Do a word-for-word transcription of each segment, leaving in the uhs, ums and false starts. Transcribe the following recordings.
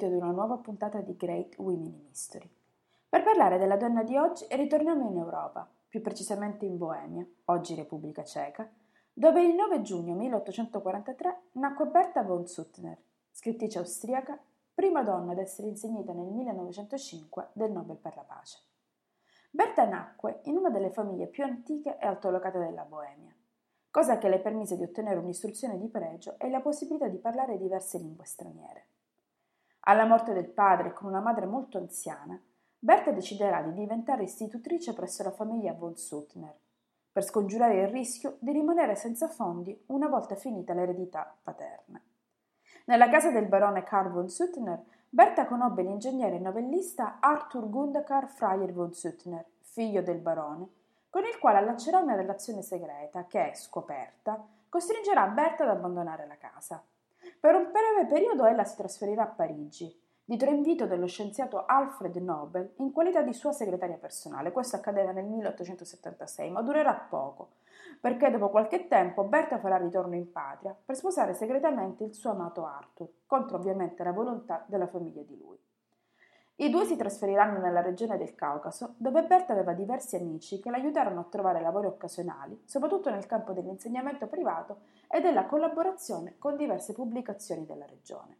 benvenuti ad una nuova puntata di Great Women in History. Per parlare della donna di oggi ritorniamo in Europa, più precisamente in Boemia, oggi Repubblica Ceca, dove il nove giugno milleottocentoquarantatré nacque Berta von Suttner, scrittrice austriaca, prima donna ad essere insignita nel millenovecentocinque del Nobel per la pace. Berta nacque in una delle famiglie più antiche e altolocate della Boemia, cosa che le permise di ottenere un'istruzione di pregio e la possibilità di parlare diverse lingue straniere. Alla morte del padre e con una madre molto anziana, Berta deciderà di diventare istitutrice presso la famiglia von Suttner, per scongiurare il rischio di rimanere senza fondi una volta finita l'eredità paterna. Nella casa del barone Karl von Suttner, Berta conobbe l'ingegnere e novellista Arthur Gundekar Freier von Suttner, figlio del barone, con il quale allaccerà una relazione segreta che, scoperta, costringerà Berta ad abbandonare la casa. Per un breve periodo ella si trasferirà a Parigi, dietro invito dello scienziato Alfred Nobel in qualità di sua segretaria personale. Questo accadeva nel milleottocentosettantasei, ma durerà poco, perché dopo qualche tempo Berta farà ritorno in patria per sposare segretamente il suo amato Arthur, contro ovviamente la volontà della famiglia di lui. I due si trasferiranno nella regione del Caucaso, dove Berta aveva diversi amici che l'aiutarono a trovare lavori occasionali, soprattutto nel campo dell'insegnamento privato e della collaborazione con diverse pubblicazioni della regione.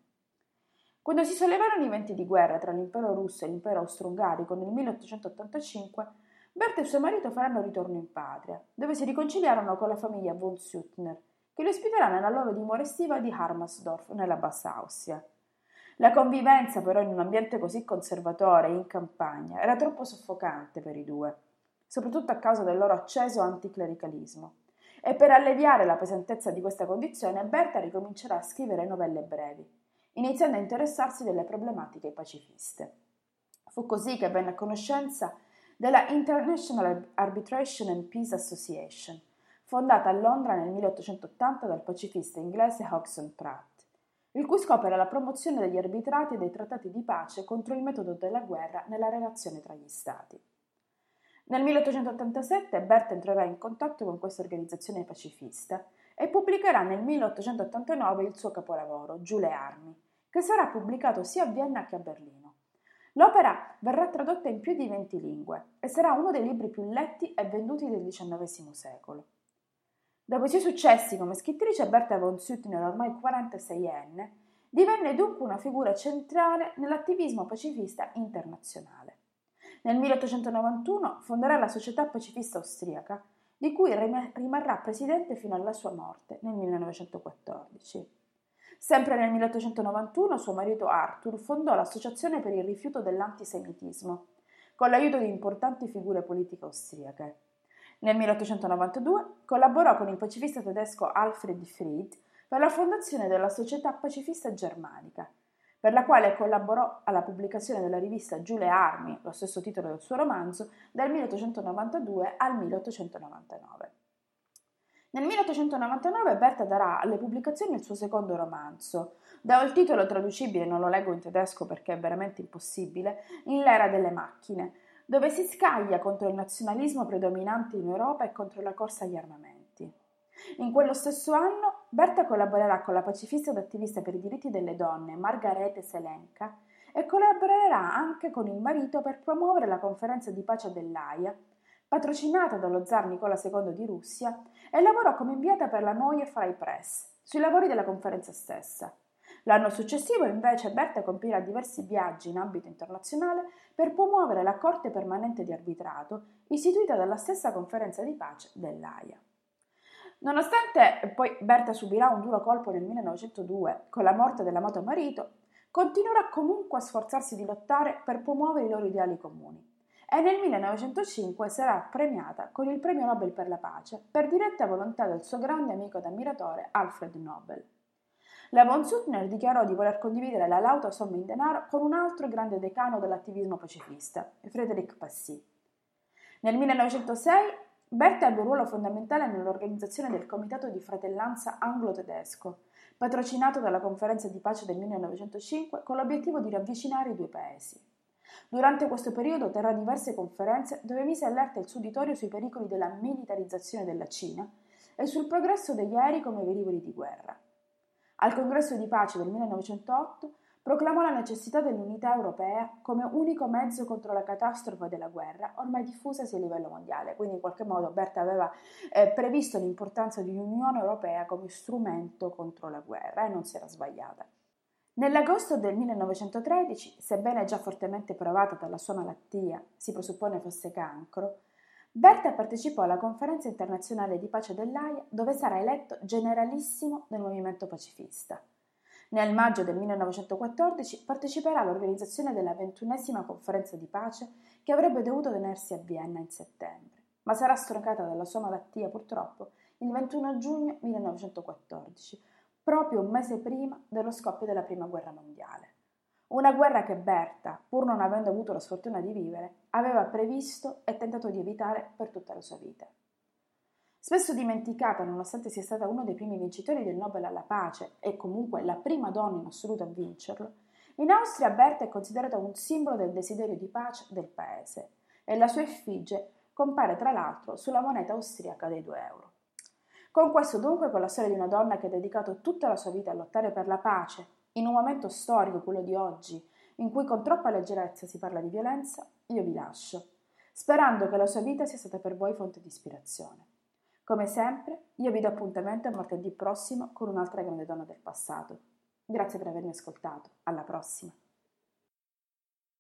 Quando si sollevarono i venti di guerra tra l'impero russo e l'impero austro-ungarico nel milleottocentottantacinque, Berta e suo marito faranno ritorno in patria, dove si riconciliarono con la famiglia von Suttner, che li ospiterà nella loro dimora estiva di Harmersdorf, nella Bassa Austria. La convivenza, però, in un ambiente così conservatore e in campagna era troppo soffocante per i due, soprattutto a causa del loro acceso anticlericalismo. E per alleviare la pesantezza di questa condizione, Berta ricomincerà a scrivere novelle brevi, iniziando a interessarsi delle problematiche pacifiste. Fu così che venne a conoscenza della International Arbitration and Peace Association, fondata a Londra nel milleottocentottanta dal pacifista inglese Hodgson Pratt, il cui scopo era la promozione degli arbitrati e dei trattati di pace contro il metodo della guerra nella relazione tra gli Stati. Nel milleottocentottantasette Berta entrerà in contatto con questa organizzazione pacifista e pubblicherà nel milleottocentottantanove il suo capolavoro, Giù le armi, che sarà pubblicato sia a Vienna che a Berlino. L'opera verrà tradotta in più di venti lingue e sarà uno dei libri più letti e venduti del diciannovesimo secolo. Dopo i suoi successi come scrittrice, Berta von Suttner, ormai quarantaseienne, divenne dunque una figura centrale nell'attivismo pacifista internazionale. Nel milleottocentonovantuno fonderà la Società Pacifista Austriaca, di cui rimarrà presidente fino alla sua morte nel millenovecentoquattordici. Sempre nel milleottocentonovantuno suo marito Arthur fondò l'Associazione per il rifiuto dell'antisemitismo, con l'aiuto di importanti figure politiche austriache. Nel milleottocentonovantadue collaborò con il pacifista tedesco Alfred Fried per la fondazione della Società Pacifista Germanica, per la quale collaborò alla pubblicazione della rivista Giù le armi, lo stesso titolo del suo romanzo, dal milleottocentonovantadue al milleottocentonovantanove. Nel milleottocentonovantanove Berta darà alle pubblicazioni il suo secondo romanzo, da il titolo traducibile, non lo leggo in tedesco perché è veramente impossibile, In l'era delle macchine, dove si scaglia contro il nazionalismo predominante in Europa e contro la corsa agli armamenti. In quello stesso anno Berta collaborerà con la pacifista ed attivista per i diritti delle donne Margarete Selenka e collaborerà anche con il marito per promuovere la conferenza di pace dell'Aia, patrocinata dallo zar Nicola secondo di Russia, e lavorò come inviata per la Neue Freie Presse sui lavori della conferenza stessa. L'anno successivo, invece, Berta compirà diversi viaggi in ambito internazionale per promuovere la Corte Permanente di Arbitrato, istituita dalla stessa conferenza di pace dell'Aia. Nonostante poi Berta subirà un duro colpo nel millenovecentodue con la morte dell'amato marito, continuerà comunque a sforzarsi di lottare per promuovere i loro ideali comuni e nel millenovecentocinque sarà premiata con il Premio Nobel per la pace per diretta volontà del suo grande amico ed ammiratore Alfred Nobel. La von Suttner dichiarò di voler condividere la lauta somma in denaro con un altro grande decano dell'attivismo pacifista, Frédéric Passy. Nel millenovecentosei Berta ebbe un ruolo fondamentale nell'organizzazione del Comitato di Fratellanza Anglo-Tedesco, patrocinato dalla Conferenza di pace del millenovecentocinque con l'obiettivo di ravvicinare i due paesi. Durante questo periodo terrà diverse conferenze dove mise allerta il suo uditorio sui pericoli della militarizzazione della Cina e sul progresso degli aerei come velivoli di guerra. Al congresso di pace del millenovecentootto proclamò la necessità dell'unità europea come unico mezzo contro la catastrofe della guerra ormai diffusasi a livello mondiale. Quindi in qualche modo Berta aveva eh, previsto l'importanza di un'Unione Europea come strumento contro la guerra e non si era sbagliata. Nell'agosto del millenovecentotredici, sebbene già fortemente provata dalla sua malattia, si presuppone fosse cancro, Berta partecipò alla conferenza internazionale di pace dell'Aia, dove sarà eletto generalissimo del movimento pacifista. Nel maggio del millenovecentoquattordici parteciperà all'organizzazione della ventunesima conferenza di pace che avrebbe dovuto tenersi a Vienna in settembre, ma sarà stroncata dalla sua malattia purtroppo il ventuno giugno millenovecentoquattordici, proprio un mese prima dello scoppio della Prima Guerra Mondiale. Una guerra che Berta, pur non avendo avuto la sfortuna di vivere, aveva previsto e tentato di evitare per tutta la sua vita. Spesso dimenticata, nonostante sia stata uno dei primi vincitori del Nobel alla pace e comunque la prima donna in assoluto a vincerlo, in Austria Berta è considerata un simbolo del desiderio di pace del paese e la sua effigie compare tra l'altro sulla moneta austriaca dei due euro. Con questo dunque, con la storia di una donna che ha dedicato tutta la sua vita a lottare per la pace, in un momento storico, quello di oggi, in cui con troppa leggerezza si parla di violenza, io vi lascio, sperando che la sua vita sia stata per voi fonte di ispirazione. Come sempre, io vi do appuntamento a martedì prossimo con un'altra grande donna del passato. Grazie per avermi ascoltato. Alla prossima.